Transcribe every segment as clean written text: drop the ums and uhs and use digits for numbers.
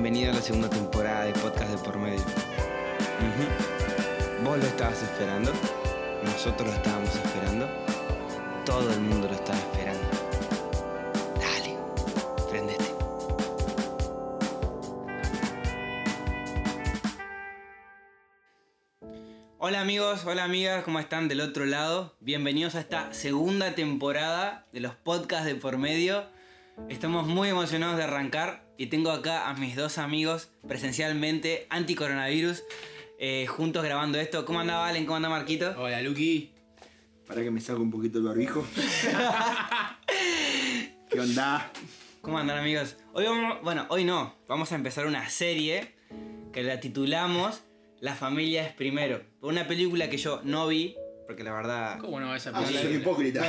Bienvenido a la segunda temporada de Podcast de Por Medio. Vos lo estabas esperando, nosotros lo estábamos esperando, todo el mundo lo estaba esperando. Dale, prendete. Hola amigos, hola amigas, ¿cómo están del otro lado? Bienvenidos a esta segunda temporada de los Podcasts de Por Medio. Estamos muy emocionados de arrancar y tengo acá a mis dos amigos presencialmente, anti-coronavirus, juntos grabando esto. ¿Cómo anda Valen? ¿Cómo anda Marquito? Hola Luqui. Para que me saque un poquito el barbijo. ¿Qué onda? ¿Cómo andan amigos? Hoy vamos a empezar una serie que la titulamos La familia es primero. Una película que yo no vi, porque la verdad... ¿Cómo no va esa Soy película? un hipócrita.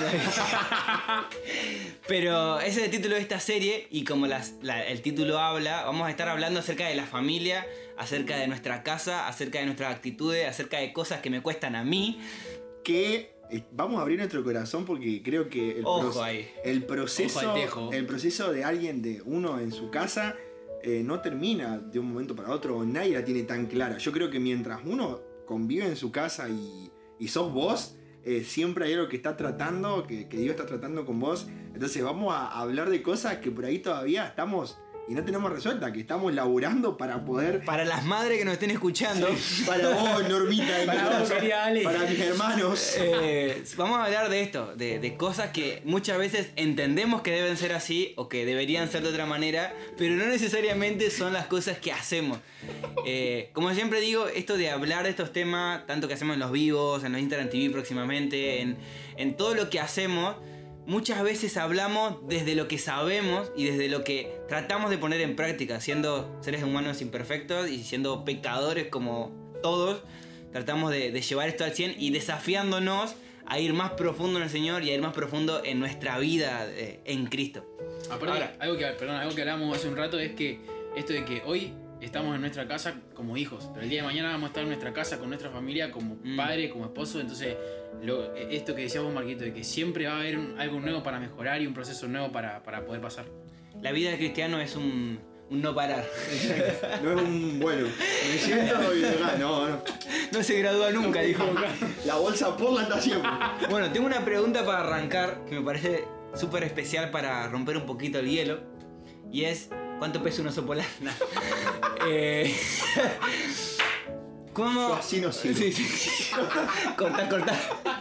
Pero ese es el título de esta serie y como el título habla, vamos a estar hablando acerca de la familia, acerca de nuestra casa, acerca de nuestras actitudes, acerca de cosas que me cuestan a mí. Que vamos a abrir nuestro corazón porque creo que Ojo ahí. el proceso Ojo al tejo. el proceso de alguien, de uno en su casa, no termina de un momento para otro. Nadie la tiene tan clara. Yo creo que mientras uno convive en su casa y sos vos, siempre hay algo que está tratando, que Dios está tratando con vos. Entonces vamos a hablar de cosas que por ahí todavía estamos y no tenemos resuelta, que estamos laburando para poder... Para las madres que nos estén escuchando, Para vos, Normita, Para vos, querida Ale. para mis hermanos. vamos a hablar de esto, de cosas que muchas veces entendemos que deben ser así o que deberían ser de otra manera, pero no necesariamente son las cosas que hacemos. Como siempre digo, esto de hablar de estos temas, tanto que hacemos en los vivos, en los Instagram TV próximamente, en todo lo que hacemos, muchas veces hablamos desde lo que sabemos y desde lo que tratamos de poner en práctica, siendo seres humanos imperfectos y siendo pecadores como todos. Tratamos de llevar esto al 100 y desafiándonos a ir más profundo en el Señor y a ir más profundo en nuestra vida en Cristo. Aparte, Ahora, algo que hablamos hace un rato es que esto de que hoy estamos en nuestra casa como hijos, pero el día de mañana vamos a estar en nuestra casa con nuestra familia como padre, como esposo. Entonces, esto que decías vos, Marquito, de que siempre va a haber algo nuevo para mejorar y un proceso nuevo para poder pasar. la vida del cristiano es un no parar. No es un bueno. Me siento y no. No se gradúa nunca, dijo. La bolsa por la anda siempre. Bueno, tengo una pregunta para arrancar que me parece súper especial para romper un poquito el hielo. Y es, ¿cuánto pesa un oso polar? Nah. ¿Cómo? Yo así no sigo. Sí. Cortá.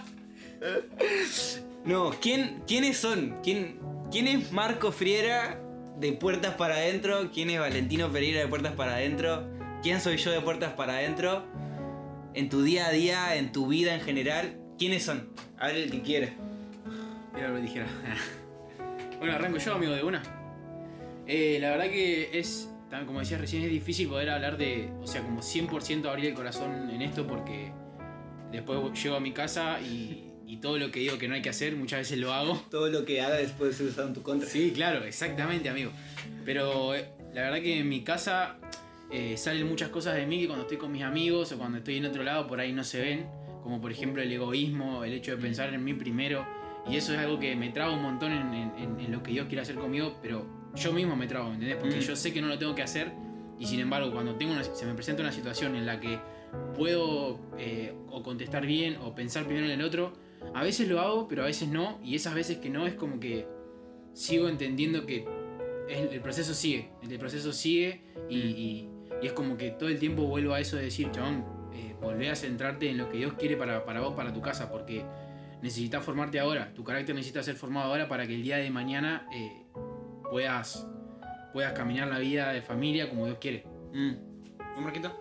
No, ¿quiénes son? ¿Quién es Marco Friera de Puertas para Adentro? ¿Quién es Valentino Pereira de Puertas para Adentro? ¿Quién soy yo de Puertas para Adentro? En tu día a día, en tu vida en general, ¿quiénes son? A ver el que quiera. Mira lo que dijera. Bueno, arranco yo, amigo, de una. La verdad que es, como decías recién, es difícil poder hablar de, o sea, como 100% abrir el corazón en esto, porque después llego a mi casa y todo lo que digo que no hay que hacer, muchas veces lo hago. Todo lo que haga después de ser usado en tu contra. Sí, claro, exactamente, amigo. Pero la verdad que en mi casa salen muchas cosas de mí que cuando estoy con mis amigos o cuando estoy en otro lado por ahí no se ven. Como por ejemplo el egoísmo, el hecho de pensar en mí primero. Y eso es algo que me traba un montón en lo que Dios quiere hacer conmigo, pero yo mismo me trabo, ¿entendés? Porque yo sé que no lo tengo que hacer y sin embargo cuando se me presenta una situación en la que puedo o contestar bien o pensar primero en el otro, a veces lo hago, pero a veces no. Y esas veces que no es como que sigo entendiendo que el proceso sigue. El proceso sigue y es como que todo el tiempo vuelvo a eso de decir, chabón, volvé a centrarte en lo que Dios quiere para vos, para tu casa, porque necesitas formarte ahora. Tu carácter necesita ser formado ahora para que el día de mañana puedas caminar la vida de familia como Dios quiere. ¿Un Marquito?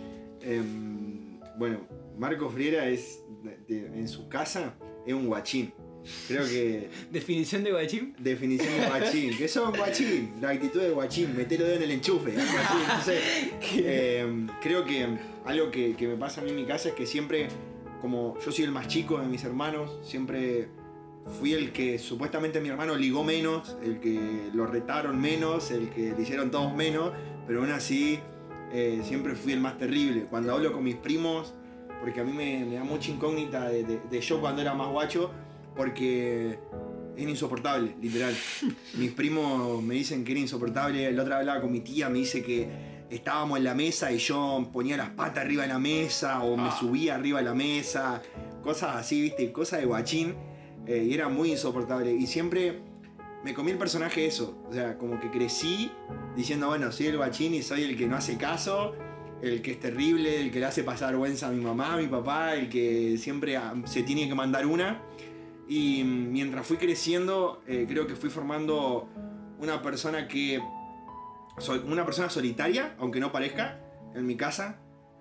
Bueno, Marco Friera es en su casa es un guachín. Creo que ¿Definición de guachín? definición de guachín, que son guachín, la actitud de guachín, meter el dedo en el enchufe, ¿no? Entonces, creo que algo que me pasa a mí en mi casa es que siempre, como yo soy el más chico de mis hermanos, siempre fui el que supuestamente mi hermano ligó menos, el que lo retaron menos, el que le hicieron todos menos, pero aún así siempre fui el más terrible. Cuando hablo con mis primos, porque a mí me da mucha incógnita de yo cuando era más guacho, porque era insoportable, literal. Mis primos me dicen que era insoportable. La otra vez hablaba con mi tía, me dice que estábamos en la mesa y yo ponía las patas arriba de la mesa o me subía arriba de la mesa. Cosas así, viste, cosas de guachín. Y era muy insoportable. Y siempre me comí el personaje eso. O sea, como que crecí diciendo, bueno, soy el guachín y soy el que no hace caso, el que es terrible, el que le hace pasar vergüenza a mi mamá, a mi papá, el que siempre se tiene que mandar una. Y mientras fui creciendo, creo que fui formando una persona solitaria, aunque no parezca, en mi casa.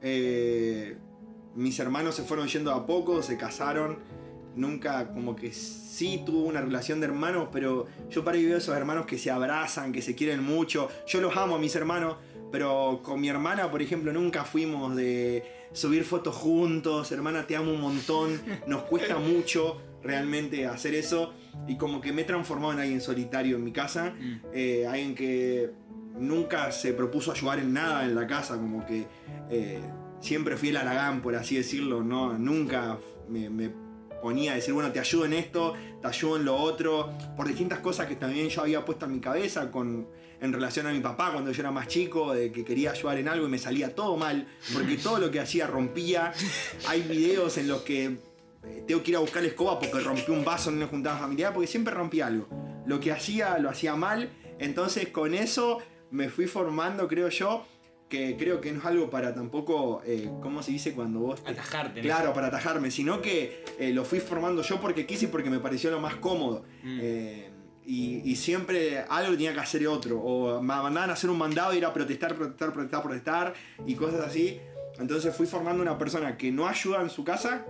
Mis hermanos se fueron yendo a poco, se casaron. Nunca, como que sí tuve una relación de hermanos, pero yo para ahí veo esos hermanos que se abrazan, que se quieren mucho. Yo los amo a mis hermanos, pero con mi hermana, por ejemplo, nunca fuimos de subir fotos juntos. Hermana, te amo un montón. Nos cuesta mucho realmente hacer eso. Y como que me he transformado en alguien solitario en mi casa. Alguien que nunca se propuso ayudar en nada en la casa. Como que siempre fui el haragán, por así decirlo. ¿No? Nunca me ponía a decir, bueno, te ayudo en esto, te ayudo en lo otro, por distintas cosas que también yo había puesto en mi cabeza en relación a mi papá cuando yo era más chico, de que quería ayudar en algo y me salía todo mal, porque todo lo que hacía rompía. Hay videos en los que tengo que ir a buscar la escoba porque rompí un vaso en una juntada familiar, porque siempre rompía algo. Lo que hacía, lo hacía mal, entonces con eso me fui formando, creo yo, que creo que no es algo para tampoco, ¿cómo se dice cuando vos? Atajarte. Claro, ¿no? Para atajarme, sino que lo fui formando yo porque quise y porque me pareció lo más cómodo. Y siempre algo tenía que hacer otro. O me mandaban a hacer un mandado y ir a protestar y cosas así. Entonces fui formando una persona que no ayudaba en su casa,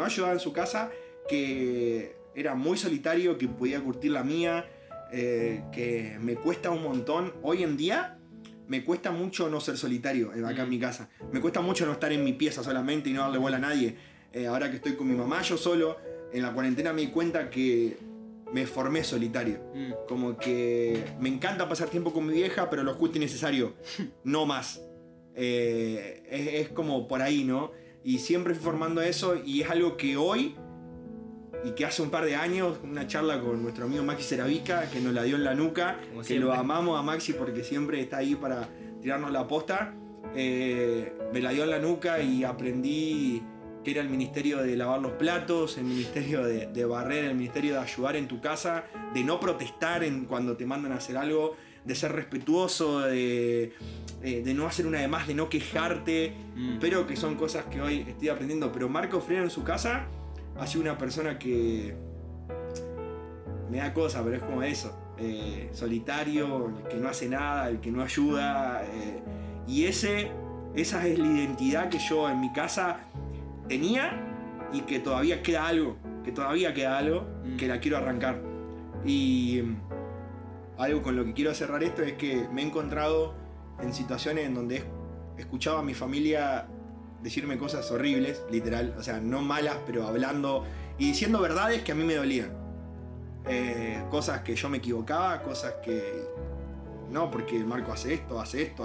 que era muy solitario, que podía curtir la mía, que me cuesta un montón. Hoy en día me cuesta mucho no ser solitario acá en mi casa. Me cuesta mucho no estar en mi pieza solamente y no darle bola a nadie. Ahora que estoy con mi mamá, yo solo, en la cuarentena me di cuenta que me formé solitario. Como que me encanta pasar tiempo con mi vieja, pero lo justo y necesario, no más. Es como por ahí, ¿no? Y siempre fui formando eso y es algo que hoy, y que hace un par de años, una charla con nuestro amigo Maxi Ceravica, que nos la dio en la nuca, como que siempre. Lo amamos a Maxi porque siempre está ahí para tirarnos la posta. Me la dio en la nuca y aprendí que era el ministerio de lavar los platos, el ministerio de barrer, el ministerio de ayudar en tu casa, de no protestar cuando te mandan a hacer algo, de ser respetuoso, de no hacer una de más, de no quejarte, pero que son cosas que hoy estoy aprendiendo. Pero Marco Freire en su casa ha sido una persona que me da cosa, pero es como eso, solitario, el que no hace nada, el que no ayuda, y esa es la identidad que yo en mi casa tenía y que todavía queda algo, que la quiero arrancar. Y algo con lo que quiero cerrar esto es que me he encontrado en situaciones en donde he escuchado a mi familia decirme cosas horribles, literal, o sea, no malas, pero hablando y diciendo verdades que a mí me dolían. Cosas que yo me equivocaba, cosas que no, porque Marco hace esto,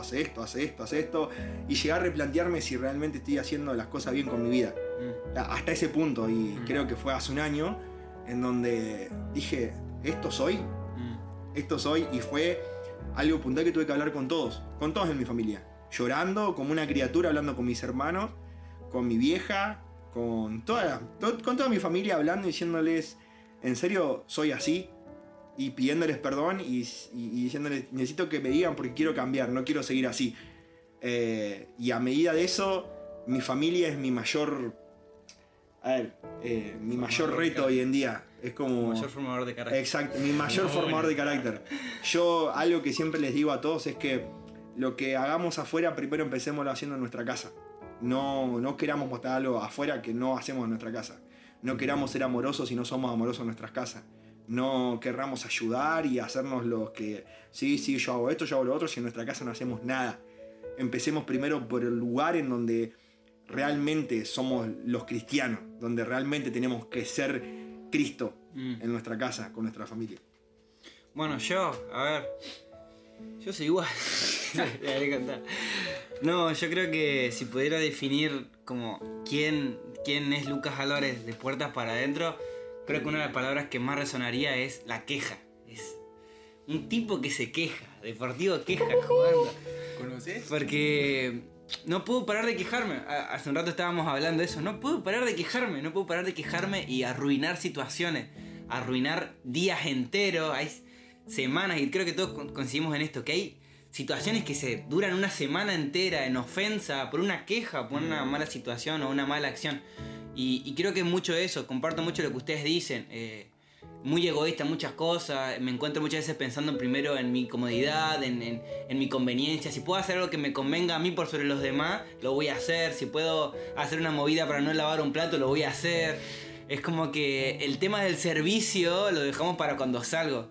y llegar a replantearme si realmente estoy haciendo las cosas bien con mi vida. Hasta ese punto, y creo que fue hace un año, en donde dije, esto soy, y fue algo puntual que tuve que hablar con todos en mi familia. Llorando como una criatura, hablando con mis hermanos, con mi vieja, con toda mi familia, hablando y diciéndoles, en serio, soy así, y pidiéndoles perdón y diciéndoles, necesito que me digan porque quiero cambiar, no quiero seguir así. Y a medida de eso, mi familia es mi mayor reto hoy en día. Es como... mayor formador de carácter. Exacto, mi mayor formador de carácter. Yo, algo que siempre les digo a todos es que lo que hagamos afuera, primero empecémoslo haciendo en nuestra casa. No queramos mostrar algo afuera que no hacemos en nuestra casa. No queramos ser amorosos si no somos amorosos en nuestras casas. No querramos ayudar y hacernos los que sí, yo hago esto, yo hago lo otro, si en nuestra casa no hacemos nada. Empecemos primero por el lugar en donde realmente somos los cristianos, donde realmente tenemos que ser Cristo en nuestra casa, con nuestra familia. Bueno, yo soy igual. No, yo creo que si pudiera definir como quién es Lucas Álvarez de puertas para adentro, creo que una de las palabras que más resonaría es la queja. Es un tipo que se queja, Deportivo queja jugando. ¿Conoces? Porque no puedo parar de quejarme. Hace un rato estábamos hablando de eso. No puedo parar de quejarme y arruinar situaciones, arruinar días enteros. Hay semanas, y creo que todos coincidimos en esto, que hay situaciones que se duran una semana entera en ofensa por una queja, por una mala situación o una mala acción. Y creo que es mucho eso, comparto mucho lo que ustedes dicen. Muy egoísta en muchas cosas, me encuentro muchas veces pensando primero en mi comodidad, en mi conveniencia. Si puedo hacer algo que me convenga a mí por sobre los demás, lo voy a hacer. Si puedo hacer una movida para no lavar un plato, lo voy a hacer. Es como que el tema del servicio lo dejamos para cuando salgo.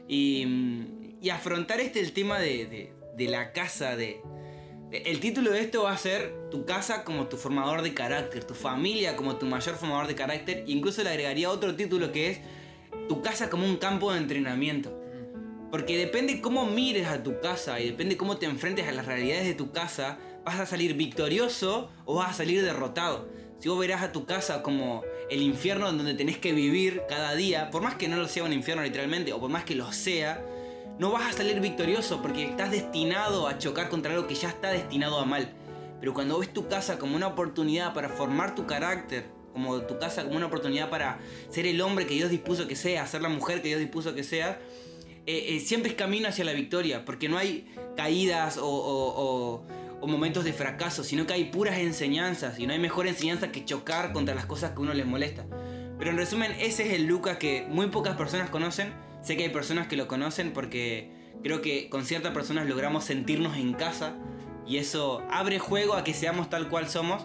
Y afrontar el tema de la casa, el título de esto va a ser tu casa como tu formador de carácter, tu familia como tu mayor formador de carácter. Incluso le agregaría otro título que es tu casa como un campo de entrenamiento. Porque depende cómo mires a tu casa y depende cómo te enfrentes a las realidades de tu casa, vas a salir victorioso o vas a salir derrotado. Si vos verás a tu casa como el infierno donde tenés que vivir cada día, por más que no lo sea un infierno literalmente, o por más que lo sea, no vas a salir victorioso porque estás destinado a chocar contra algo que ya está destinado a mal. Pero cuando ves tu casa como una oportunidad para formar tu carácter, como tu casa como una oportunidad para ser el hombre que Dios dispuso que seas, ser la mujer que Dios dispuso que seas, siempre es camino hacia la victoria, porque no hay caídas o momentos de fracaso, sino que hay puras enseñanzas, y no hay mejor enseñanza que chocar contra las cosas que a uno les molesta. Pero en resumen, ese es el Lucas que muy pocas personas conocen. Sé que hay personas que lo conocen porque creo que con ciertas personas logramos sentirnos en casa, y eso abre juego a que seamos tal cual somos.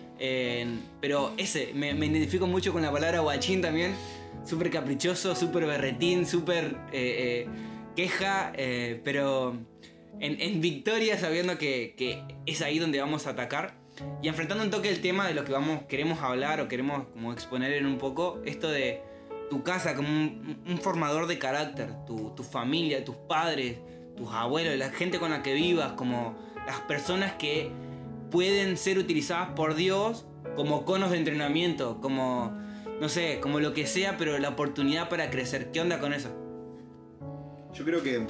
Pero me identifico mucho con la palabra guachín también. Súper caprichoso, súper berretín, súper queja, pero en victoria, sabiendo que es ahí donde vamos a atacar. Y enfrentando un toque el tema de lo que queremos hablar o queremos como exponer en un poco, esto de tu casa como un formador de carácter, tu familia, tus padres, tus abuelos, la gente con la que vivas, como las personas que pueden ser utilizadas por Dios como conos de entrenamiento, como, no sé, como lo que sea, pero la oportunidad para crecer. ¿Qué onda con eso? Yo creo que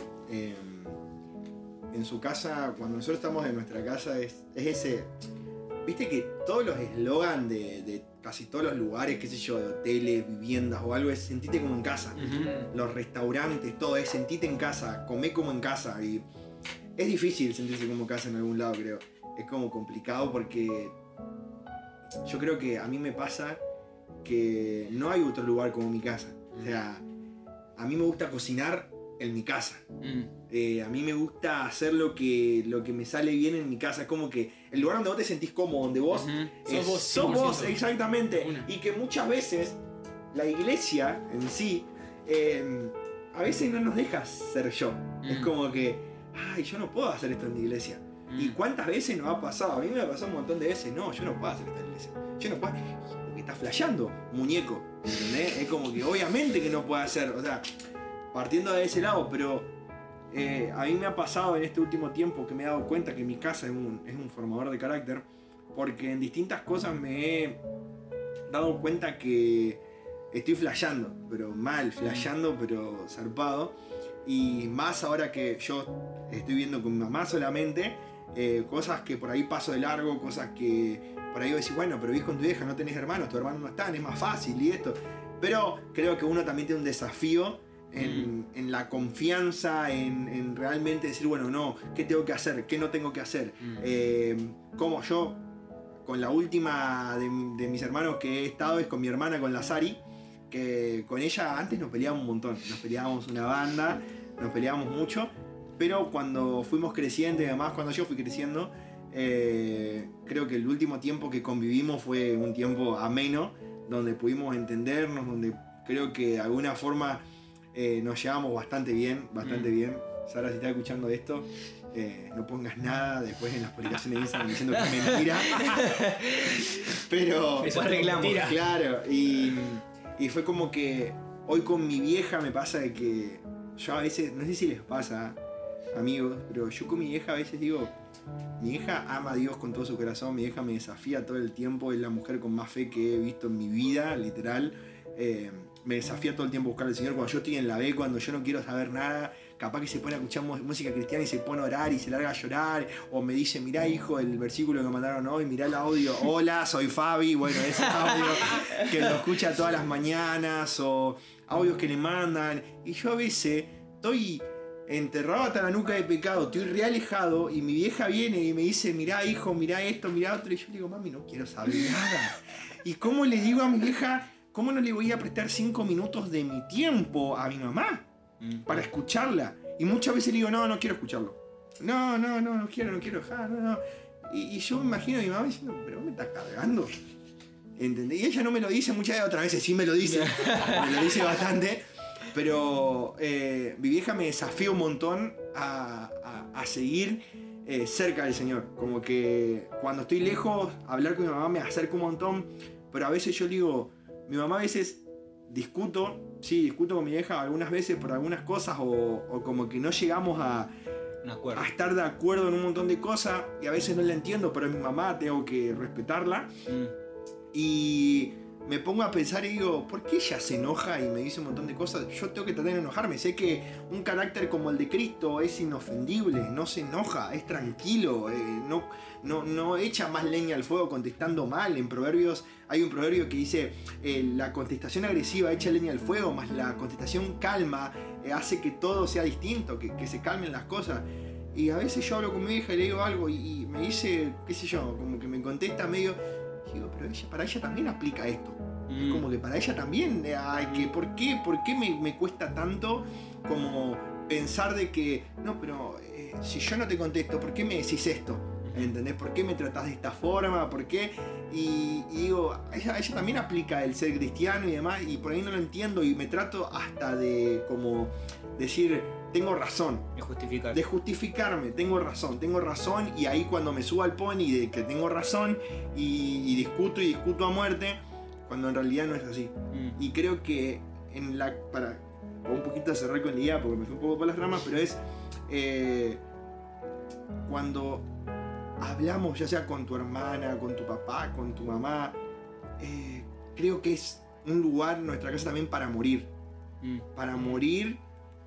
en su casa, cuando nosotros estamos en nuestra casa, es ese... Viste que todos los eslogan de casi todos los lugares, qué sé yo, de hoteles, viviendas o algo, es sentite como en casa. Uh-huh. Los restaurantes, todo es sentite en casa, comé como en casa. Y es difícil sentirse como en casa en algún lado, creo. Es como complicado porque yo creo que a mí me pasa que no hay otro lugar como mi casa. O sea, a mí me gusta cocinar en mi casa. A mí me gusta hacer lo que me sale bien en mi casa. Es como que el lugar donde vos te sentís cómodo, donde vos sos vos, exactamente. Y que muchas veces la iglesia en sí a veces no nos deja ser yo. Es como que, ay, yo no puedo hacer esto en mi iglesia. ¿Y cuántas veces nos ha pasado? A mí me ha pasado un montón de veces. No, yo no puedo hacer esto en la iglesia. Yo no puedo. Porque estás flasheando, muñeco. ¿Entendés? Es como que obviamente que no puede hacer. O sea, partiendo de ese lado, pero a mí me ha pasado en este último tiempo que me he dado cuenta que mi casa es un formador de carácter, porque en distintas cosas me he dado cuenta que estoy flasheando, pero mal, flasheando, pero zarpado. Y más ahora que yo estoy viendo con mi mamá solamente, cosas que por ahí paso de largo, cosas que por ahí vos decís, bueno, pero vivís con tu vieja, no tenés hermanos, tus hermanos no están, es más fácil y esto. Pero creo que uno también tiene un desafío en la confianza, en realmente decir, bueno, no, ¿qué tengo que hacer? ¿Qué no tengo que hacer? Como yo, con la última de mis hermanos que he estado, es con mi hermana, con la Sari, que con ella antes nos peleábamos un montón, nos peleábamos una banda, nos peleábamos mucho, pero cuando fuimos creciendo y además cuando yo fui creciendo, creo que el último tiempo que convivimos fue un tiempo ameno, donde pudimos entendernos, donde creo que de alguna forma nos llevamos bastante bien. Sara, si estás escuchando esto, no pongas nada después en las publicaciones de Instagram diciendo que es mentira. Pero eso arreglamos. Claro, y fue como que hoy con mi vieja me pasa de que yo a veces, no sé si les pasa, amigos, pero yo con mi vieja a veces digo, mi vieja ama a Dios con todo su corazón, mi vieja me desafía todo el tiempo, es la mujer con más fe que he visto en mi vida, literal. me desafía todo el tiempo a buscar al Señor. Cuando yo estoy en la B, cuando yo no quiero saber nada, capaz que se pone a escuchar música cristiana y se pone a orar y se larga a llorar. O me dice, mirá hijo, el versículo que mandaron hoy, mirá el audio. Hola, soy Fabi. Bueno, ese audio que lo escucha todas las mañanas. O audios que le mandan. Y yo a veces estoy enterrado hasta la nuca de pecado, estoy re alejado y mi vieja viene y me dice, mirá hijo, mirá esto, mirá otro, y yo le digo, mami, no quiero saber nada. ¿Y cómo le digo a mi vieja, cómo no le voy a prestar 5 minutos de mi tiempo a mi mamá para escucharla? Y muchas veces le digo, no quiero escucharlo. No quiero, no. Y yo me imagino a mi mamá diciendo, pero me estás cargando. ¿Entendés? Y ella no me lo dice, muchas otras veces sí me lo dice, me lo dice bastante. Pero mi vieja me desafía un montón a seguir cerca del Señor. Como que cuando estoy lejos, hablar con mi mamá me acerca un montón. Pero a veces yo digo, mi mamá a veces discuto con mi vieja algunas veces por algunas cosas. O como que no llegamos a estar de acuerdo en un montón de cosas. Y a veces no la entiendo, pero es mi mamá, tengo que respetarla. Y me pongo a pensar y digo, ¿por qué ella se enoja y me dice un montón de cosas? Yo tengo que tratar de no enojarme. Sé que un carácter como el de Cristo es inofendible, no se enoja, es tranquilo, no echa más leña al fuego contestando mal. En Proverbios hay un proverbio que dice, la contestación agresiva echa leña al fuego, más la contestación calma hace que todo sea distinto, que se calmen las cosas. Y a veces yo hablo con mi hija y le digo algo y me dice, qué sé yo, como que me contesta medio... Digo, pero para ella también aplica esto. Es como que para ella también ¿por qué me cuesta tanto como pensar de que no, pero si yo no te contesto, ¿por qué me decís esto? ¿Entendés? ¿Por qué me tratás de esta forma? ¿Por qué? Y digo, ella también aplica el ser cristiano y demás, y por ahí no lo entiendo y me trato hasta de como decir, tengo razón. De justificarme, tengo razón. Y ahí cuando me subo al pony de que tengo razón y discuto a muerte, cuando en realidad no es así. Y creo que para un poquito cerrar con la idea, porque me fui un poco por las ramas, pero es cuando hablamos, ya sea con tu hermana, con tu papá, con tu mamá, creo que es un lugar, nuestra casa también, para morir. Para morir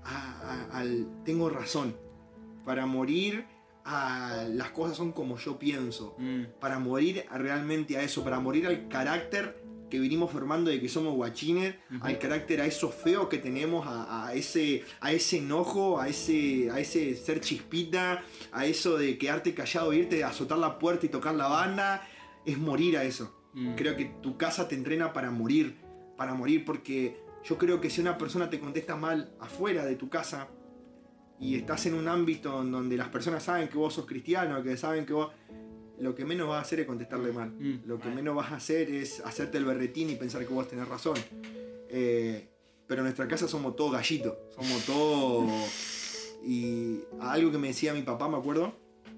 al tengo razón. Para morir a las cosas son como yo pienso. Para morir realmente a eso. Para morir al carácter que vinimos formando de que somos guachines, al carácter, a eso feo que tenemos, a ese enojo, a ese ser chispita, a eso de quedarte callado, irte a azotar la puerta y tocar la banda. Es morir a eso. Creo que tu casa te entrena para morir, porque yo creo que si una persona te contesta mal afuera de tu casa y estás en un ámbito en donde las personas saben que vos sos cristiano, que saben que vos... Lo que menos vas a hacer es contestarle mal. Lo que menos vas a hacer es hacerte el berretín y pensar que vos tenés razón. Pero en nuestra casa somos todos gallitos. Somos todos... Y algo que me decía mi papá, me acuerdo,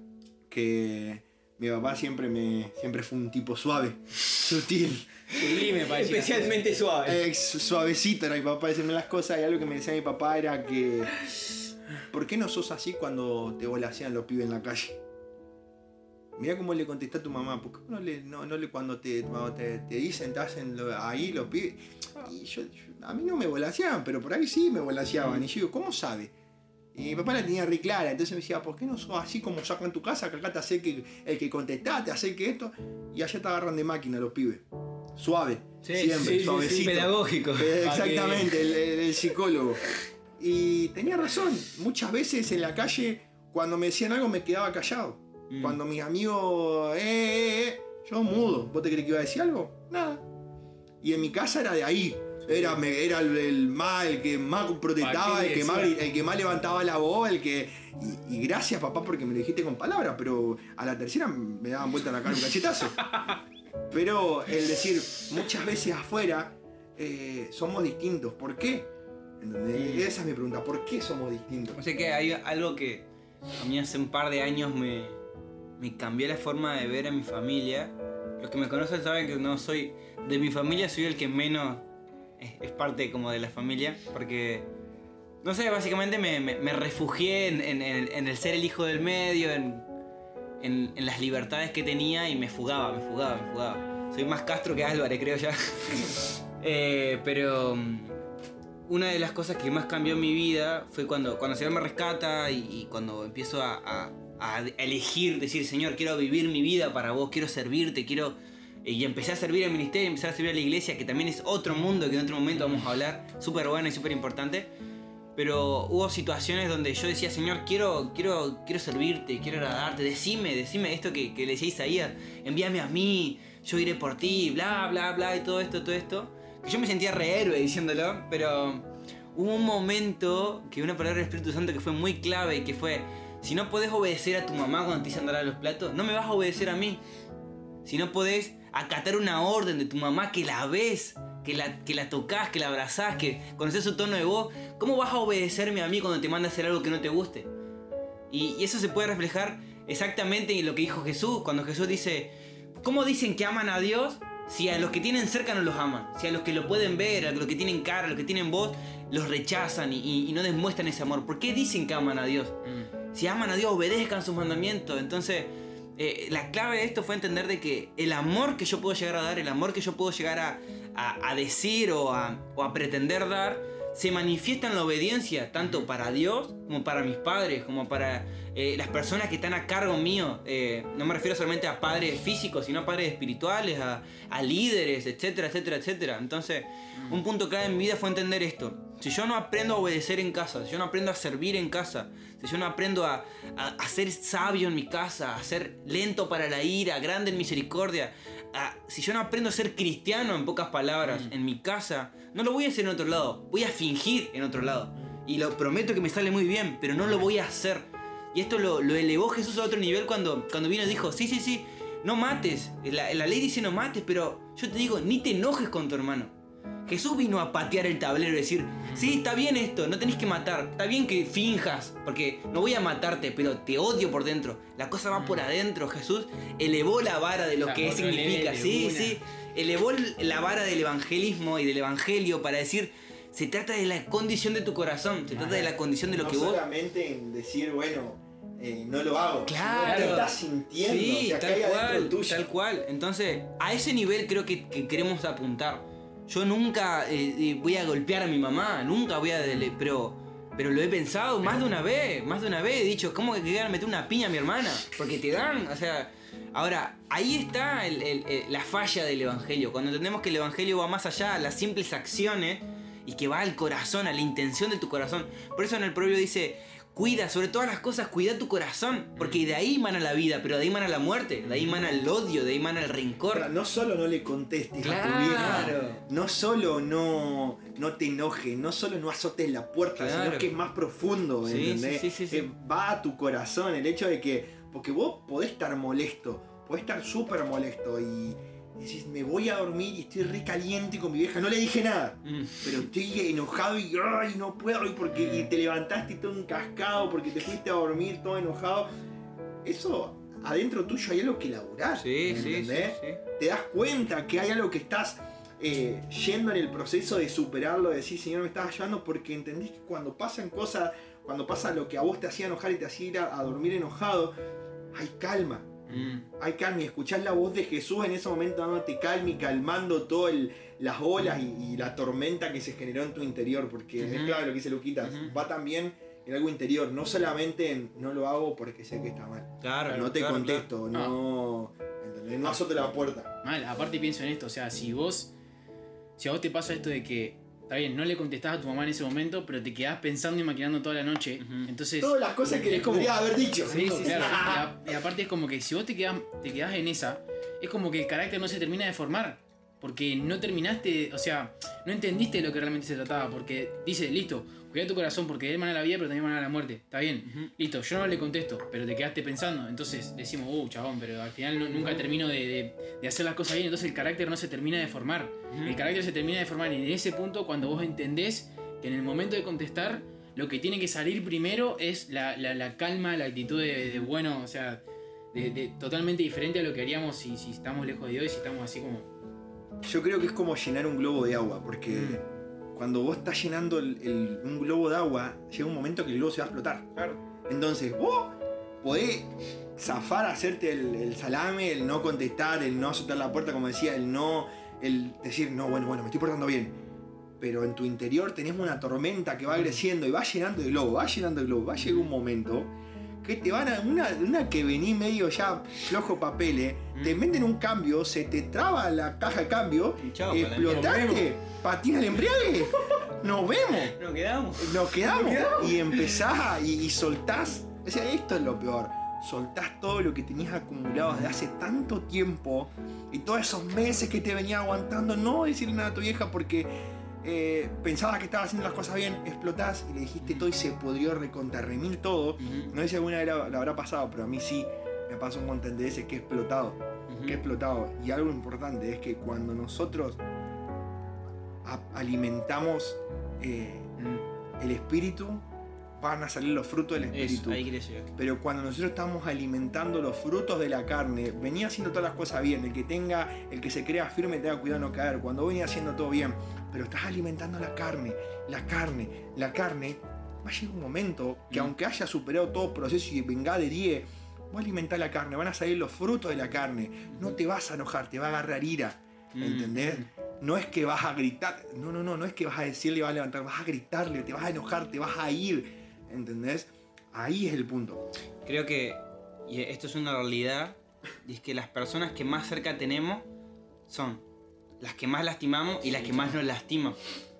que mi papá siempre fue un tipo suave, sutil. Sublime, parecía. Especialmente suave. Suavecito era mi papá decirme las cosas. Y algo que me decía mi papá era que... ¿Por qué no sos así cuando te volasean los pibes en la calle? Mirá cómo le contestó a tu mamá, ¿por qué cuando te dicen, te hacen ahí los pibes? Y a mí no me volaseaban, pero por ahí sí me volaseaban. Y yo digo, ¿cómo sabe? Y mi papá la tenía re clara, entonces me decía, ¿por qué no sos así como saco en tu casa? Que acá te hace que el que contestás, te hace que esto. Y allá te agarran de máquina los pibes. Suave, siempre, suavecito. Sí, pedagógico. Exactamente, el psicólogo. Y tenía razón, muchas veces en la calle, cuando me decían algo me quedaba callado. Cuando mis amigos, yo mudo. ¿Vos te crees que iba a decir algo? Nada. Y en mi casa era de ahí. Era el que más protestaba, el que más levantaba la voz, y gracias papá porque me lo dijiste con palabras, pero a la tercera me daban vuelta la cara un cachetazo. Pero el decir, muchas veces afuera somos distintos. ¿Por qué? Esa es mi pregunta. ¿Por qué somos distintos? O sea que hay algo que a mí hace un par de años me cambió la forma de ver a mi familia. Los que me conocen saben que no soy... De mi familia soy el que menos es parte como de la familia. Porque, no sé, básicamente me refugié en el ser el hijo del medio, en las libertades que tenía y me fugaba. Soy más Castro que Álvarez, creo ya. Pero una de las cosas que más cambió en mi vida fue cuando el Señor me rescata y cuando empiezo a elegir, decir, Señor, quiero vivir mi vida para vos, quiero servirte, y empecé a servir al ministerio, empecé a servir a la iglesia, que también es otro mundo que en otro momento vamos a hablar, súper bueno y súper importante. Pero hubo situaciones donde yo decía, Señor, quiero servirte, quiero agradarte, decime esto que le decía Isaías, envíame a mí, yo iré por ti, bla, bla, bla, y todo esto. Que yo me sentía re héroe diciéndolo, pero hubo un momento que una palabra del Espíritu Santo que fue muy clave y que fue, si no podés obedecer a tu mamá cuando te dice andar a los platos, no me vas a obedecer a mí. Si no podés acatar una orden de tu mamá que la ves, que la tocas, que la abrazás, que conoces su tono de voz, ¿cómo vas a obedecerme a mí cuando te manda a hacer algo que no te guste? Y eso se puede reflejar exactamente en lo que dijo Jesús, cuando Jesús dice, ¿cómo dicen que aman a Dios si a los que tienen cerca no los aman? Si a los que lo pueden ver, a los que tienen cara, a los que tienen voz, los rechazan y no demuestran ese amor. ¿Por qué dicen que aman a Dios? Si aman a Dios, obedezcan sus mandamientos. Entonces, la clave de esto fue entender de que el amor que yo puedo llegar a dar, el amor que yo puedo llegar a decir o a pretender dar, se manifiesta en la obediencia, tanto para Dios como para mis padres, como para las personas que están a cargo mío. No me refiero solamente a padres físicos, sino a padres espirituales, a líderes, etcétera, etcétera, etcétera. Entonces, un punto clave en mi vida fue entender esto. Si yo no aprendo a obedecer en casa, si yo no aprendo a servir en casa, si yo no aprendo a ser sabio en mi casa, a ser lento para la ira, grande en misericordia, si yo no aprendo a ser cristiano, en pocas palabras, en mi casa, no lo voy a hacer en otro lado, voy a fingir en otro lado. Y lo prometo que me sale muy bien, pero no lo voy a hacer. Y esto lo elevó Jesús a otro nivel cuando vino y dijo, sí, no mates, la ley dice no mates, pero yo te digo, ni te enojes con tu hermano. Jesús vino a patear el tablero y decir, sí, está bien esto, no tenés que matar, está bien que finjas, porque no voy a matarte, pero te odio por dentro. La cosa va por adentro. Jesús elevó la vara de lo que significa, sí, elevó la vara del evangelismo y del evangelio para decir, se trata de la condición de tu corazón, se trata de la condición de lo que vos... No solamente en decir, bueno, no lo hago, claro, sino que estás sintiendo, sí, o sea, tal cual. Entonces, a ese nivel creo que queremos apuntar. Yo nunca voy a golpear a mi mamá, nunca voy a... Pero lo he pensado más de una vez. He dicho, ¿cómo que querían meter una piña a mi hermana? Porque te dan, o sea... Ahora, ahí está la falla del evangelio. Cuando entendemos que el evangelio va más allá, a las simples acciones, y que va al corazón, a la intención de tu corazón. Por eso en el proverbio dice... Cuida, sobre todas las cosas, cuida tu corazón. Porque de ahí mana la vida, pero de ahí mana la muerte. De ahí mana el odio, de ahí mana el rencor. Claro, no solo no le contestes a tu vieja, no solo no te enojes, no solo no azotes la puerta, sino que es más profundo, ¿entendés? Sí. Va a tu corazón el hecho de que... Porque vos podés estar molesto, podés estar súper molesto y decís, me voy a dormir y estoy re caliente con mi vieja, no le dije nada, pero estoy enojado y ay, no puedo, y te levantaste todo encascado porque te fuiste a dormir todo enojado. Eso, adentro tuyo hay algo que elaborar, ¿entendés? Sí. Te das cuenta que hay algo que estás yendo en el proceso de superarlo, de decir, Señor, me estás ayudando, porque entendés que cuando pasan cosas, cuando pasa lo que a vos te hacía enojar y te hacía ir a dormir enojado, hay calma. Hay calma y escuchás la voz de Jesús en ese momento dándote calma y calmando todas las olas y la tormenta que se generó en tu interior, porque es claro lo que dice Luquitas, va también en algo interior, no solamente en no lo hago porque sé que está mal, no te contesto, no azote la puerta. Mal, aparte pienso en esto, o sea, si a vos te pasa esto de que está bien, no le contestás a tu mamá en ese momento, pero te quedás pensando y maquinando toda la noche. Entonces, todas las cosas que le podría haber dicho. Sí, claro. Y aparte es como que si vos te quedás en esa, es como que el carácter no se termina de formar. Porque no terminaste, o sea, no entendiste de lo que realmente se trataba. Porque dice, listo, cuida tu corazón porque de él mana la vida, pero también mana la muerte. Está bien, listo, yo no le contesto, pero te quedaste pensando. Entonces decimos, chabón, pero al final nunca termino de hacer las cosas bien. Entonces el carácter no se termina de formar. El carácter se termina de formar en ese punto cuando vos entendés que en el momento de contestar, lo que tiene que salir primero es la calma, la actitud de bueno, o sea, de totalmente diferente a lo que haríamos si estamos lejos de Dios y si estamos así como... Yo creo que es como llenar un globo de agua, porque cuando vos estás llenando un globo de agua, llega un momento que el globo se va a explotar. Claro. Entonces vos podés zafar, hacerte el salame, el no contestar, el no azotar la puerta, como decía, el no el decir, no, bueno, me estoy portando bien. Pero en tu interior tenés una tormenta que va creciendo y va llenando el globo, va a llegar un momento que te van a. Una que venís medio ya flojo papeles, te meten un cambio, se te traba la caja de cambio, Chau, explotaste, patina el embriague, nos vemos. Nos quedamos. Y empezás y soltás. O sea, esto es lo peor. Soltás todo lo que tenías acumulado desde hace tanto tiempo y todos esos meses que te venía aguantando, no decirle nada a tu vieja porque pensabas que estabas haciendo las cosas bien, explotás y le dijiste todo y se pudrió recontra-remil todo. No sé si alguna vez la habrá pasado, pero a mí sí me pasó un montón de veces que he explotado. Y algo importante es que cuando nosotros alimentamos el espíritu, van a salir los frutos del espíritu. Eso, ahí quería llegar. Pero cuando nosotros estamos alimentando los frutos de la carne, venía haciendo todas las cosas bien, el que se crea firme tenga cuidado de no caer, cuando venía haciendo todo bien, pero estás alimentando la carne, va a llegar un momento que aunque haya superado todo proceso y venga de 10, va a alimentar la carne, van a salir los frutos de la carne, no te vas a enojar, te va a agarrar ira, ¿entendés? No es que vas a gritar, no es que vas a decirle y vas a levantar, vas a gritarle, te vas a enojar, te vas a ir, ¿entendés? Ahí es el punto. Creo que, y esto es una realidad, y es que las personas que más cerca tenemos son las que más lastimamos y las que más nos lastiman.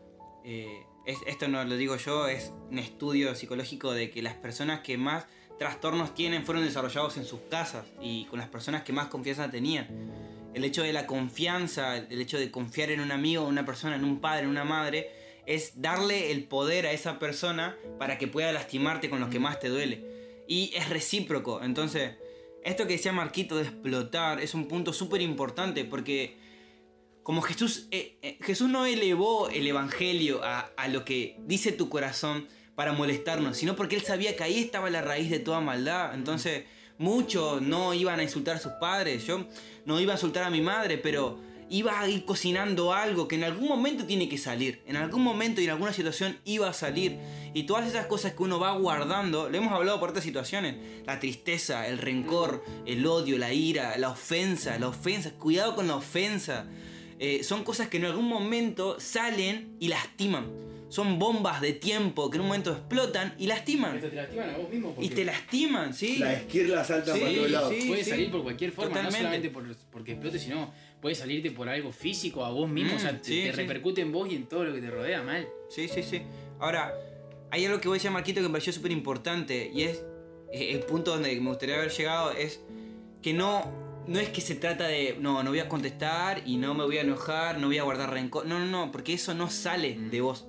Esto no lo digo yo, es un estudio psicológico de que las personas que más trastornos tienen fueron desarrollados en sus casas y con las personas que más confianza tenían. El hecho de la confianza, el hecho de confiar en un amigo, en una persona, en un padre, en una madre, es darle el poder a esa persona para que pueda lastimarte con lo que más te duele. Y es recíproco. Entonces, esto que decía Marquito de explotar es un punto súper importante porque como Jesús no elevó el evangelio a lo que dice tu corazón para molestarnos, sino porque él sabía que ahí estaba la raíz de toda maldad. Entonces, muchos no iban a insultar a sus padres, yo no iba a insultar a mi madre, pero iba a ir cocinando algo que en algún momento tiene que salir. En algún momento y en alguna situación iba a salir. Y todas esas cosas que uno va guardando, lo hemos hablado por otras situaciones. La tristeza, el rencor, el odio, la ira, la ofensa. Cuidado con la ofensa. Son cosas que en algún momento salen y lastiman. Son bombas de tiempo que en un momento explotan y lastiman. Pero te lastiman a vos mismo. Y te lastiman, sí. La esquirla salta para todos lados. Puede salir por cualquier forma, Totalmente. no solamente porque explote, sino puede salirte por algo físico a vos mismo. O sea, te repercute en vos y en todo lo que te rodea mal. Sí. Ahora, hay algo que voy a decir, Marquito, que me pareció súper importante. Y es el punto donde me gustaría haber llegado. Es que no es que se trata de no voy a contestar y no me voy a enojar, no voy a guardar rencor. No, porque eso no sale de vos.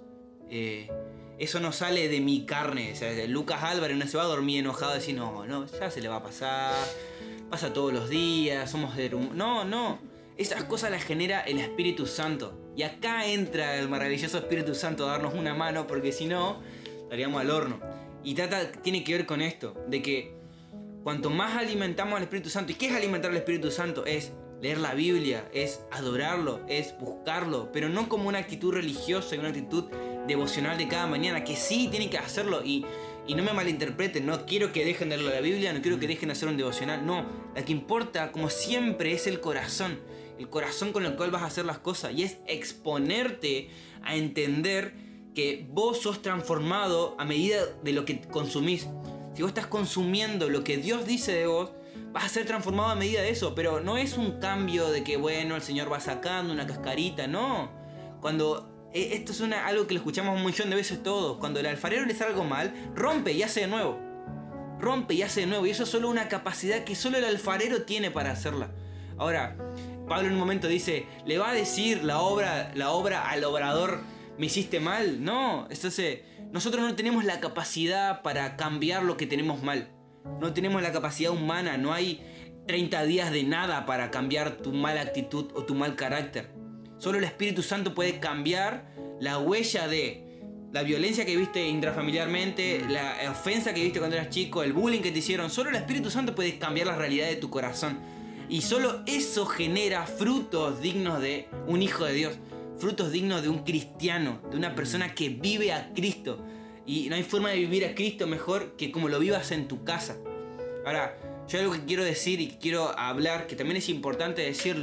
Eso no sale de mi carne. O sea, Lucas Álvarez no se va a dormir enojado y decir no, ya se le va a pasar, pasa todos los días, somos de... No, esas cosas las genera el Espíritu Santo. Y acá entra el maravilloso Espíritu Santo a darnos una mano, porque si no, estaríamos al horno. Y tiene que ver con esto, de que cuanto más alimentamos al Espíritu Santo, ¿y qué es alimentar al Espíritu Santo? Es leer la Biblia, es adorarlo, es buscarlo, pero no como una actitud religiosa y una actitud devocional de cada mañana, que sí tienen que hacerlo y no me malinterpreten, no quiero que dejen de leer la Biblia, no quiero que dejen de hacer un devocional, no, lo que importa como siempre es el corazón con el cual vas a hacer las cosas y es exponerte a entender que vos sos transformado a medida de lo que consumís. Si vos estás consumiendo lo que Dios dice de vos, vas a ser transformado a medida de eso, pero no es un cambio de que bueno, el Señor va sacando una cascarita, no. Cuando esto es algo que lo escuchamos un millón de veces todos, cuando el alfarero le sale algo mal, rompe y hace de nuevo. Y eso es solo una capacidad que solo el alfarero tiene para hacerla. Ahora, Pablo en un momento dice, ¿le va a decir la obra al obrador, me hiciste mal? No, entonces nosotros no tenemos la capacidad para cambiar lo que tenemos mal. No tenemos la capacidad humana, no hay 30 días de nada para cambiar tu mala actitud o tu mal carácter. Solo el Espíritu Santo puede cambiar la huella de la violencia que viste intrafamiliarmente, la ofensa que viste cuando eras chico, el bullying que te hicieron. Solo el Espíritu Santo puede cambiar la realidad de tu corazón. Y solo eso genera frutos dignos de un hijo de Dios. Frutos dignos de un cristiano, de una persona que vive a Cristo. Y no hay forma de vivir a Cristo mejor que como lo vivas en tu casa. Ahora, yo algo que quiero decir y que quiero hablar, que también es importante decirlo,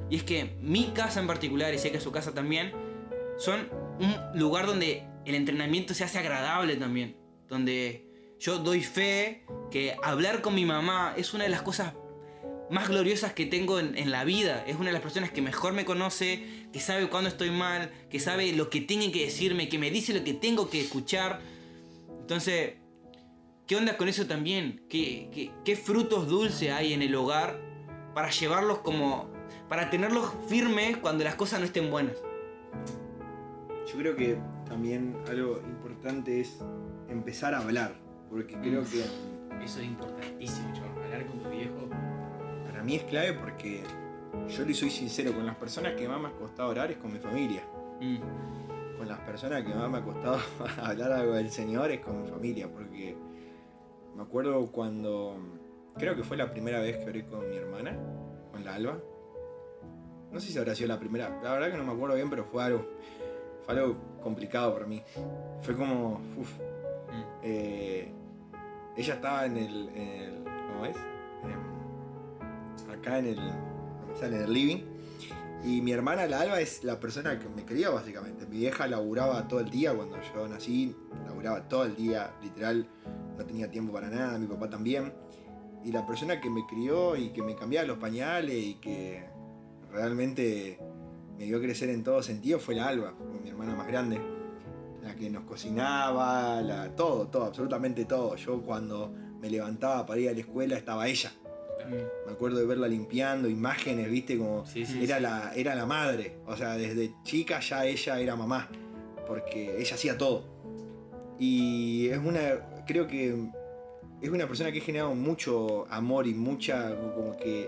Y es que mi casa en particular, y sé que su casa también, son un lugar donde el entrenamiento se hace agradable también. Donde yo doy fe que hablar con mi mamá es una de las cosas más gloriosas que tengo en la vida. Es una de las personas que mejor me conoce, que sabe cuándo estoy mal, que sabe lo que tiene que decirme, que me dice lo que tengo que escuchar. Entonces, ¿qué onda con eso también? ¿Qué frutos dulces hay en el hogar para llevarlos para tenerlos firmes cuando las cosas no estén buenas? Yo creo que también algo importante es empezar a hablar, porque creo que Eso es importantísimo, chaval. Hablar con tu viejo. para mí es clave porque yo le soy sincero, con las personas que más me ha costado orar es con mi familia. Con las personas que más me ha costado hablar algo del Señor es con mi familia, porque me acuerdo cuando, creo que fue la primera vez que oré con mi hermana, con la Alba. No sé si habrá sido la primera, la verdad que no me acuerdo bien, pero fue algo complicado para mí. Fue como, ella estaba en el ¿cómo es? Acá en el living. Y mi hermana, la Alba, es la persona que me crió básicamente. Mi vieja laburaba todo el día cuando yo nací, laburaba todo el día, literal, no tenía tiempo para nada, mi papá también. Y la persona que me crió y que me cambiaba los pañales y que realmente me dio crecer en todo sentido fue la Alba, fue mi hermana más grande. La que nos cocinaba, todo, absolutamente todo. Yo cuando me levantaba para ir a la escuela estaba ella. Me acuerdo de verla limpiando, imágenes, viste, como era la madre. O sea, desde chica ya ella era mamá, porque ella hacía todo. Y creo que es una persona que ha generado mucho amor y mucha, como que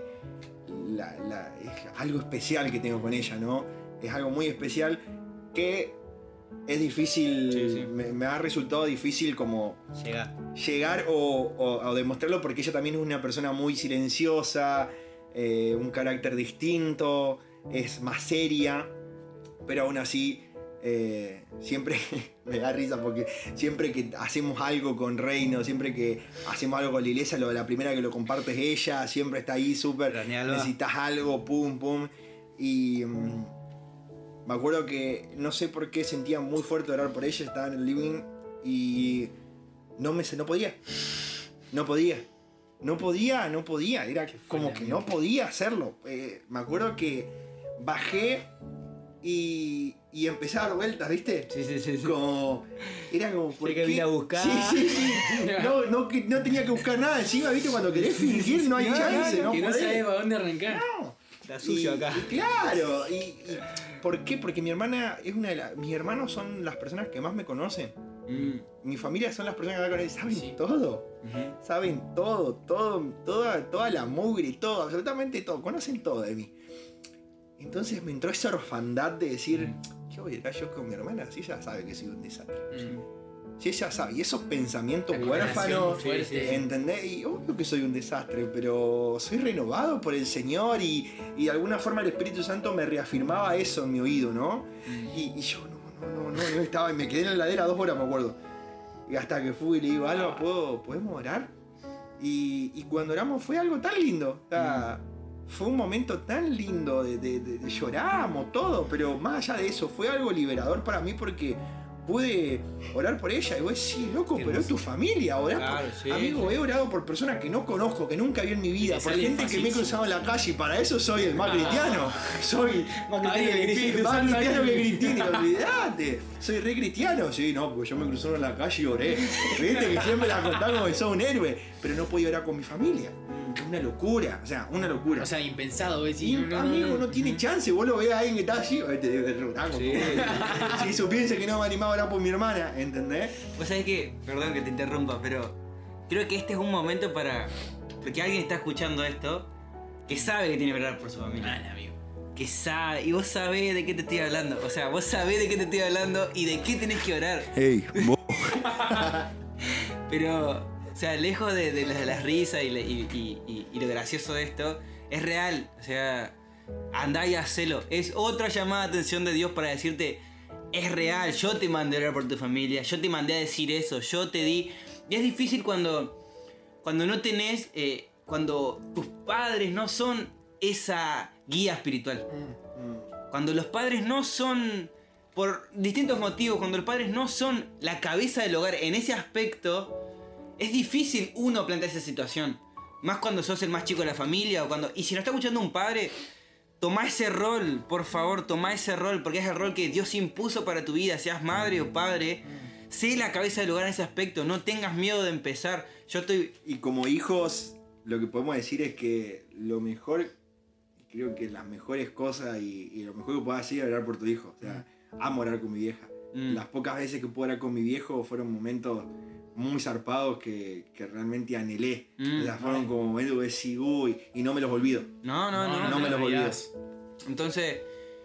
es algo especial que tengo con ella, ¿no? Es algo muy especial que es difícil, me ha resultado difícil como llegar o demostrarlo, porque ella también es una persona muy silenciosa, un carácter distinto, es más seria, pero aún así siempre me da risa porque siempre que hacemos algo con Reino, siempre que hacemos algo con la iglesia, la primera que lo comparte es ella, siempre está ahí súper, necesitas algo, pum, y me acuerdo que no sé por qué sentía muy fuerte orar por ella, estaba en el living y no podía, era como que no podía hacerlo. Me acuerdo que bajé y empecé a dar vueltas, ¿viste? Sí. Como, era como ¿por qué vine a buscar? Sí. No tenía que buscar nada encima, ¿viste? Cuando querés fingir no hay chance, ¿no? Que no sabes para dónde arrancar. No. Está sucio acá. Claro, y ¿por qué? Porque mi hermana es mis hermanos son las personas que más me conocen. Mi familia son las personas que me conocen, saben todo. Saben todo, toda la mugre, todo, absolutamente todo, conocen todo de mí. Entonces me entró esa orfandad de decir, ¿qué voy a estar yo con mi hermana? Si ella sabe que soy un desastre. Si ella sabe, y esos pensamientos huérfanos, ¿entendés? Y obvio que soy un desastre, pero soy renovado por el Señor y de alguna forma el Espíritu Santo me reafirmaba eso en mi oído, ¿no? Y yo no estaba, y me quedé en la heladera 2 horas, me acuerdo. Y hasta que fui y le digo, Alba, ¿podemos orar? Y cuando oramos fue algo tan lindo. O sea, fue un momento tan lindo de lloramos, todo, pero más allá de eso, fue algo liberador para mí porque pude orar por ella. Y vos decís, loco, pero es tu familia. Amigo, he orado por personas que no conozco, que nunca vi en mi vida, por gente que me he cruzado en la calle, y para eso soy el más cristiano. Soy más cristiano que cristiano. Olvidate. Soy re cristiano. Sí, no, porque yo me crucé en la calle y oré. Viste que siempre la contaba como que soy un héroe. Pero no podía orar con mi familia. Una locura, una locura. O sea, impensado, ¿ves? Amigo, no tiene chance. Vos lo ves a alguien que está allí, te debe si supiese que no me animaba a orar por mi hermana, ¿entendés? Vos sabés que, perdón que te interrumpa, pero creo que este es un momento porque alguien está escuchando esto que sabe que tiene que orar por su familia. Amigo. Que sabe, y vos sabés de qué te estoy hablando. O sea, vos sabés de qué te estoy hablando y de qué tenés que orar. Hey, vos. Pero, o sea, lejos de las risas y lo gracioso de esto, es real. O sea, andá y hacelo. Es otra llamada de atención de Dios para decirte, es real, yo te mandé a orar por tu familia, yo te mandé a decir eso, yo te di. Y es difícil cuando no tenés, cuando tus padres no son esa guía espiritual. Mm. Cuando los padres no son, por distintos motivos, cuando los padres no son la cabeza del hogar en ese aspecto, es difícil uno plantear esa situación. Más cuando sos el más chico de la familia o cuando... Y si no está escuchando un padre, toma ese rol, por favor, toma ese rol, porque es el rol que Dios impuso para tu vida, seas madre o padre. Sé la cabeza del hogar en ese aspecto, no tengas miedo de empezar. Y como hijos, lo que podemos decir es que lo mejor, creo que las mejores cosas y lo mejor que puedas hacer es orar por tu hijo. O sea, amo orar con mi vieja. Las pocas veces que pude orar con mi viejo fueron momentos muy zarpados que realmente anhelé. O sea, fueron como momentos que decís, uy, y no me los olvido. No me los olvido. Entonces,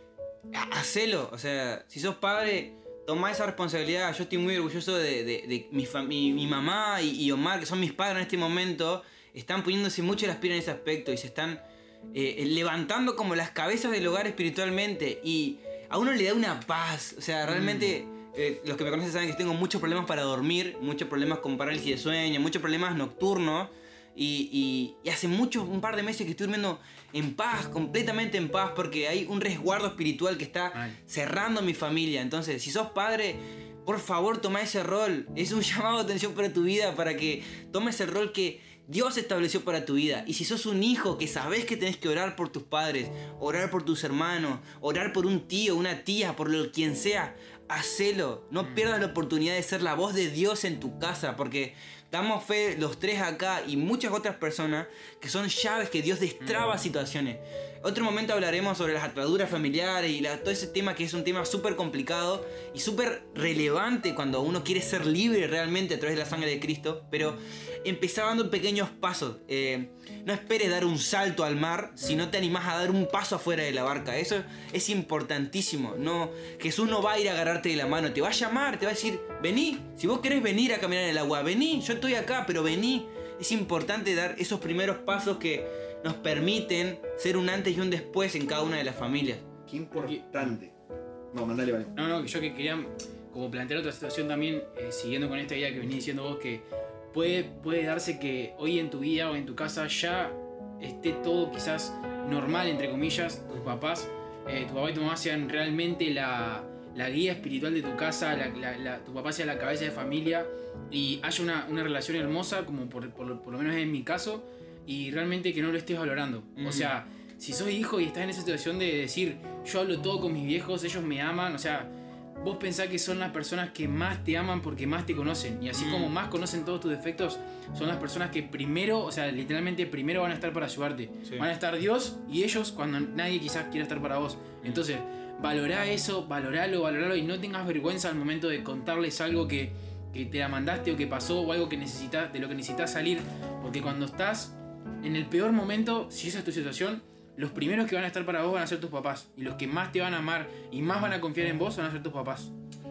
hacelo. O sea, si sos padre, toma esa responsabilidad. Yo estoy muy orgulloso de mi mamá y Omar, que son mis padres en este momento. Están poniéndose mucho las pilas en ese aspecto y se están levantando como las cabezas del hogar espiritualmente. Y a uno le da una paz. O sea, realmente... los que me conocen saben que tengo muchos problemas para dormir, muchos problemas con parálisis de sueño, muchos problemas nocturnos. Y hace un par de meses que estoy durmiendo en paz, completamente en paz, porque hay un resguardo espiritual que está cerrando mi familia. Entonces, si sos padre, por favor, toma ese rol. Es un llamado de atención para tu vida, para que tomes el rol que Dios estableció para tu vida. Y si sos un hijo que sabés que tenés que orar por tus padres, orar por tus hermanos, orar por un tío, una tía, por quien sea, hacelo. No pierdas la oportunidad de ser la voz de Dios en tu casa, porque damos fe los tres acá y muchas otras personas que son llaves que Dios destraba situaciones. Otro momento hablaremos sobre las ataduras familiares y todo ese tema, que es un tema súper complicado y súper relevante cuando uno quiere ser libre realmente a través de la sangre de Cristo. Pero empezá dando pequeños pasos. No esperes dar un salto al mar si no te animás a dar un paso afuera de la barca. Eso es importantísimo. Jesús no va a ir a agarrarte de la mano, te va a llamar, te va a decir, vení. Si vos querés venir a caminar en el agua, vení, yo estoy acá, pero vení. Es importante dar esos primeros pasos que nos permiten ser un antes y un después en cada una de las familias. Qué importante. No, mandale, vale. No, yo que quería como plantear otra situación también, siguiendo con esta idea que venís diciendo vos, que puede darse que hoy en tu vida o en tu casa ya esté todo quizás normal, entre comillas, tus papás y tu mamá sean realmente la guía espiritual de tu casa, tu papá sea la cabeza de familia y haya una relación hermosa, como por lo menos en mi caso, y realmente que no lo estés valorando. O sea, si sos hijo y estás en esa situación de decir, yo hablo todo con mis viejos, ellos me aman, o sea, vos pensás que son las personas que más te aman porque más te conocen, y así como más conocen todos tus defectos, son las personas que primero, o sea, literalmente primero van a estar para ayudarte. Sí. Van a estar Dios y ellos cuando nadie quizás quiera estar para vos. Entonces, valorá eso, valoralo y no tengas vergüenza al momento de contarles algo que te la mandaste o que pasó o algo de lo que necesitas salir, porque cuando estás en el peor momento, si esa es tu situación, los primeros que van a estar para vos van a ser tus papás, y los que más te van a amar y más van a confiar en vos van a ser tus papás.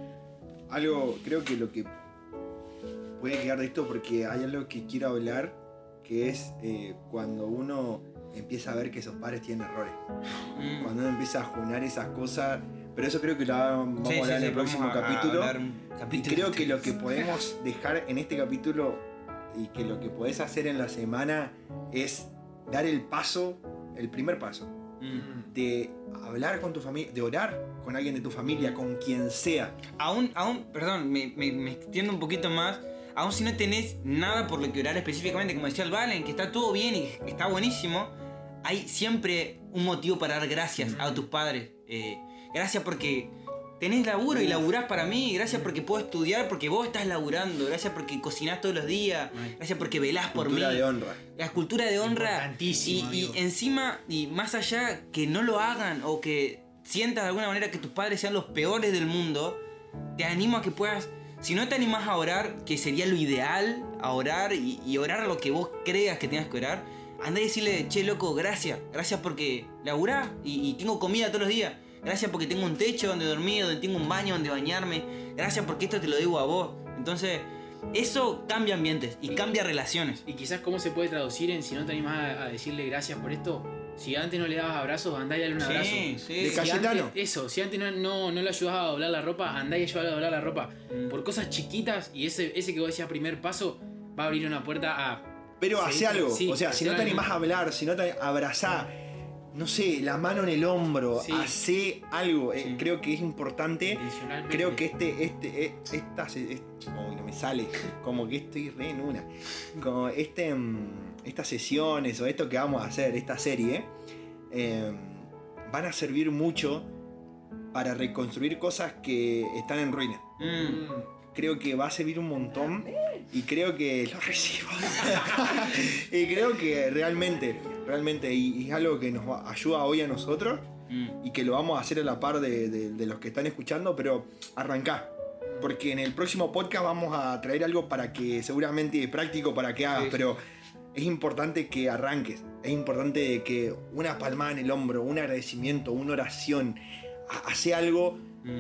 Creo que lo que puede quedar de esto, porque hay algo que quiero hablar, que es cuando uno empieza a ver que esos padres tienen errores. Cuando uno empieza a junar esas cosas, pero eso creo que lo vamos a hablar en el próximo capítulo. Y creo que lo que podemos dejar en este capítulo y que lo que podés hacer en la semana es dar el primer paso de hablar con tu familia, de orar con alguien de tu familia, con quien sea. Perdón, me extiendo un poquito más. Aún si no tenés nada por lo que orar específicamente, como decía el Valen, que está todo bien y está buenísimo, hay siempre un motivo para dar gracias a tus padres. Gracias porque tenés laburo y laburás para mí. Gracias porque puedo estudiar porque vos estás laburando. Gracias porque cocinás todos los días. Gracias porque velás por mí. Cultura de honra. La cultura de honra. Y encima, y más allá, que no lo hagan o que sientas de alguna manera que tus padres sean los peores del mundo, te animo a que puedas, si no te animás a orar, que sería lo ideal, a orar y orar lo que vos creas que tengas que orar, andá y decirle, che loco, gracias porque laburás y tengo comida todos los días. Gracias porque tengo un techo donde dormir, donde tengo un baño donde bañarme. Gracias porque esto te lo debo a vos. Entonces, eso cambia ambientes y cambia relaciones. Y quizás cómo se puede traducir en, si no te animás a decirle gracias por esto, si antes no le dabas abrazos, andá y dale un abrazo. De Cayetano. Si antes no le ayudabas a doblar la ropa, andá y ayudale a doblar la ropa. Por cosas chiquitas, y ese que vos decías primer paso, va a abrir una puerta a... Pero hace algo. O sea, si no te animás a hablar, si no te abrazás, no sé, la mano en el hombro, Sí. hace algo. Sí. Creo que es importante. Intencionalmente. Creo que uy, no me sale, como que estoy re en una. Como estas sesiones o esto que vamos a hacer, esta serie, van a servir mucho para reconstruir cosas que están en ruina. Creo que va a servir un montón y creo que lo recibo. Y creo que realmente, y es algo que nos ayuda hoy a nosotros y que lo vamos a hacer a la par de los que están escuchando, pero arrancá. Porque en el próximo podcast vamos a traer algo para que seguramente es práctico para que hagas, Sí. pero es importante que arranques. Es importante que una palmada en el hombro, un agradecimiento, una oración, hace algo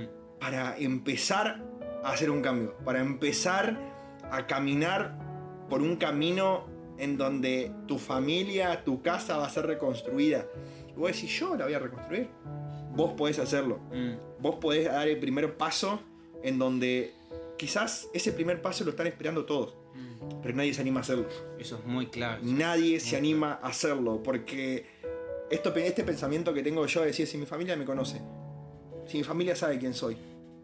para empezar a hacer un cambio, para empezar a caminar por un camino en donde tu familia, tu casa va a ser reconstruida. Y vos decís, yo la voy a reconstruir. Vos podés hacerlo. Vos podés dar el primer paso en donde quizás ese primer paso lo están esperando todos, pero nadie se anima a hacerlo. Eso es muy clave. Nadie se anima a hacerlo porque este pensamiento que tengo yo de decir, si mi familia me conoce, si mi familia sabe quién soy,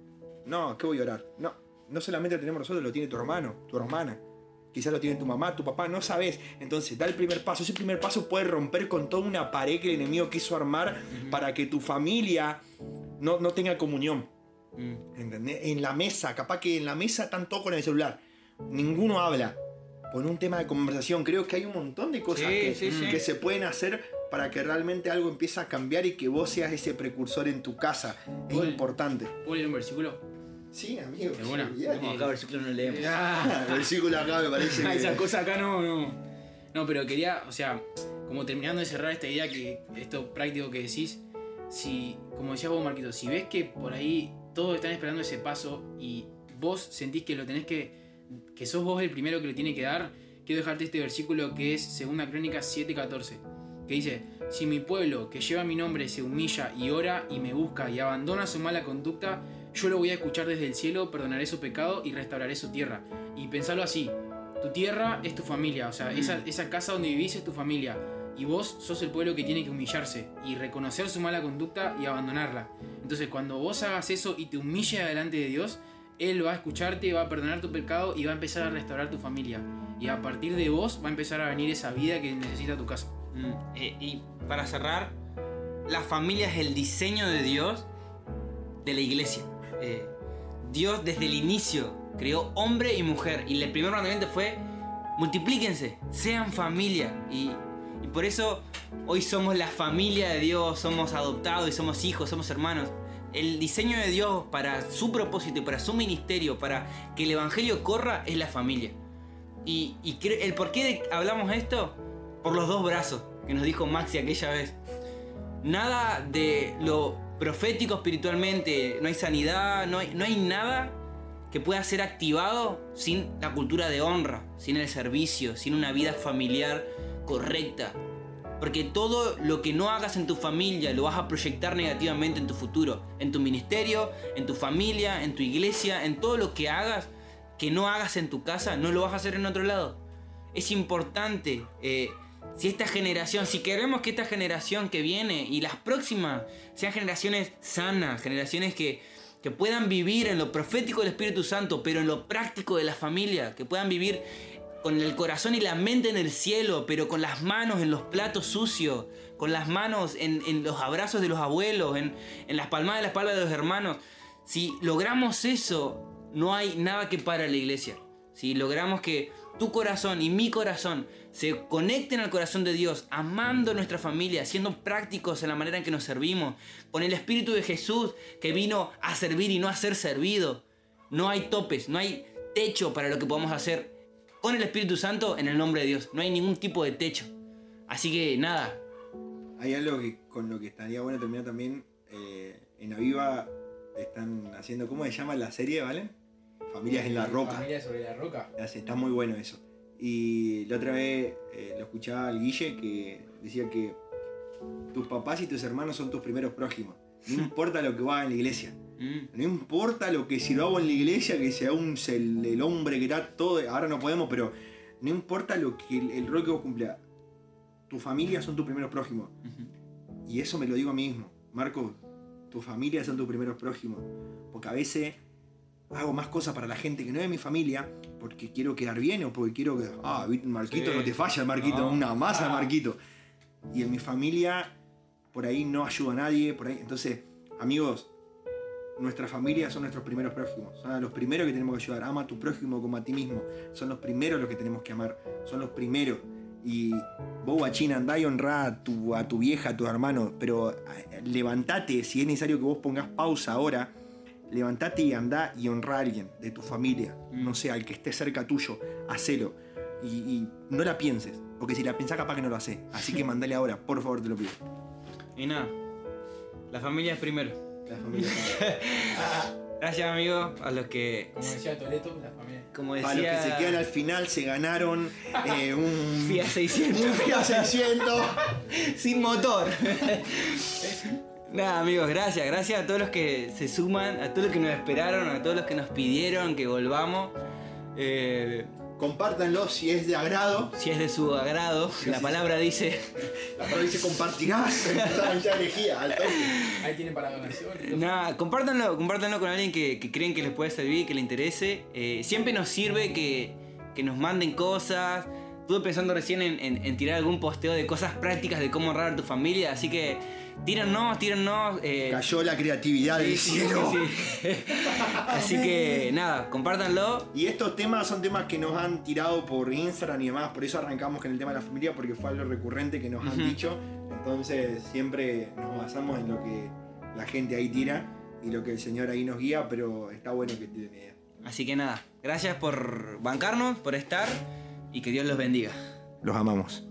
no, ¿qué voy a orar? No solamente lo tenemos nosotros, lo tiene tu hermano, tu hermana. Quizás lo tiene tu mamá, tu papá, no sabes. Entonces, da el primer paso. Ese primer paso puede romper con toda una pared que el enemigo quiso armar para que tu familia no tenga comunión. ¿Entendés? En la mesa, capaz que en la mesa están todos con el celular. Ninguno habla. Por un tema de conversación. Creo que hay un montón de cosas que se pueden hacer para que realmente algo empiece a cambiar y que vos seas ese precursor en tu casa. Es importante. ¿Puedo leer un versículo? Sí, amigo. De buena. Acá versículo no leemos. El versículo acá me parece que... Esas cosas acá no. No, pero quería, o sea, como terminando de cerrar esta idea, que esto práctico que decís, si, como decías vos, Marquito, si ves que por ahí todos están esperando ese paso y vos sentís que lo tenés que sos vos el primero que lo tiene que dar, quiero dejarte este versículo que es 2 Crónicas 7:14, que dice: si mi pueblo que lleva mi nombre se humilla y ora y me busca y abandona su mala conducta, yo lo voy a escuchar desde el cielo, perdonaré su pecado y restauraré su tierra. Y pensalo así, tu tierra es tu familia, o sea, esa casa donde vivís es tu familia. Y vos sos el pueblo que tiene que humillarse y reconocer su mala conducta y abandonarla. Entonces cuando vos hagas eso y te humilles delante de Dios, Él va a escucharte, va a perdonar tu pecado y va a empezar a restaurar tu familia. Y a partir de vos va a empezar a venir esa vida que necesita tu casa. Y para cerrar, la familia es el diseño de Dios de la iglesia. Dios desde el inicio creó hombre y mujer y el primer mandamiento fue: multiplíquense, sean familia. Y por eso hoy somos la familia de Dios, somos adoptados y somos hijos, somos hermanos. El diseño de Dios para su propósito y para su ministerio, para que el evangelio corra, es la familia. Y el por qué hablamos esto, por los dos brazos que nos dijo Maxi aquella vez. Nada de lo profético espiritualmente, no hay sanidad, no hay nada que pueda ser activado sin la cultura de honra, sin el servicio, sin una vida familiar correcta. Porque todo lo que no hagas en tu familia lo vas a proyectar negativamente en tu futuro, en tu ministerio, en tu familia, en tu iglesia, en todo lo que hagas, que no hagas en tu casa, no lo vas a hacer en otro lado. Es importante, si esta generación, si queremos que esta generación que viene y las próximas sean generaciones sanas, generaciones que puedan vivir en lo profético del Espíritu Santo, pero en lo práctico de la familia, que puedan vivir con el corazón y la mente en el cielo, pero con las manos en los platos sucios, con las manos en los abrazos de los abuelos, en las palmadas de la espalda de los hermanos. Si logramos eso, no hay nada que pare a la iglesia. Si logramos que tu corazón y mi corazón se conecten al corazón de Dios, amando a nuestra familia, siendo prácticos en la manera en que nos servimos, con el Espíritu de Jesús que vino a servir y no a ser servido, no hay topes, no hay techo para lo que podamos hacer con el Espíritu Santo en el nombre de Dios. No hay ningún tipo de techo. Así que nada. Hay algo que con lo que estaría bueno terminar también. En Aviva están haciendo, ¿cómo se llama la serie, Valen? Familias en la Roca. Familia sobre la roca. Está muy bueno eso. Y la otra vez lo escuchaba al Guille que decía que tus papás y tus hermanos son tus primeros prójimos. No importa lo que hagas en la iglesia. No importa lo que si lo hago en la iglesia, que sea el hombre que está todo, ahora no podemos, pero no importa lo que el rol que vos cumplas. Tu familia son tus primeros prójimos. Y eso me lo digo a mí mismo. Marco, tu familia son tus primeros prójimos. Porque a veces hago más cosas para la gente que no es mi familia porque quiero quedar bien o porque quiero que... Marquito, Sí. no te falla el Marquito, No. una masa el Marquito. Y en mi familia, por ahí no ayudo a nadie. Por ahí. Entonces, amigos, nuestra familia son nuestros primeros prójimos. Son a los primeros que tenemos que ayudar. Ama a tu prójimo como a ti mismo. Son los primeros los que tenemos que amar. Son los primeros. Y vos, guachín, andá y honrá a tu vieja, a tu hermano. Pero levantate, si es necesario que vos pongas pausa ahora. Levantate y andá y honrá a alguien de tu familia. No sé, al que esté cerca tuyo. Hacelo. Y no la pienses. Porque si la pensás capaz que no lo haces. Así que mandale ahora, por favor, te lo pido. Y nada, la familia es primero. La familia. Gracias, amigo, a los que, Como decía Toretto, la familia. como A los decía, que se quedan al final se ganaron un Fiat 600 un Fiat 600. sin motor. Nada, amigos, gracias a todos los que se suman, a todos los que nos esperaron, a todos los que nos pidieron que volvamos. Compártanlo si es de agrado. Si es de su agrado, la palabra dice. La palabra dice compartirás. Ya elegía, al toque. Ahí tienen para donaciones. Nada, compártanlo con alguien que creen que les puede servir, que le interese. Siempre nos sirve que nos manden cosas. Estuve pensando recién en tirar algún posteo de cosas prácticas de cómo honrar a tu familia, así que tírennos. Cayó la creatividad del cielo. Sí. Así que nada, compártanlo. Y estos temas son temas que nos han tirado por Instagram y demás. Por eso arrancamos con el tema de la familia, porque fue algo recurrente que nos han dicho. Entonces siempre nos basamos en lo que la gente ahí tira y lo que el Señor ahí nos guía, pero está bueno que tienen idea. Así que nada, gracias por bancarnos, por estar y que Dios los bendiga. Los amamos.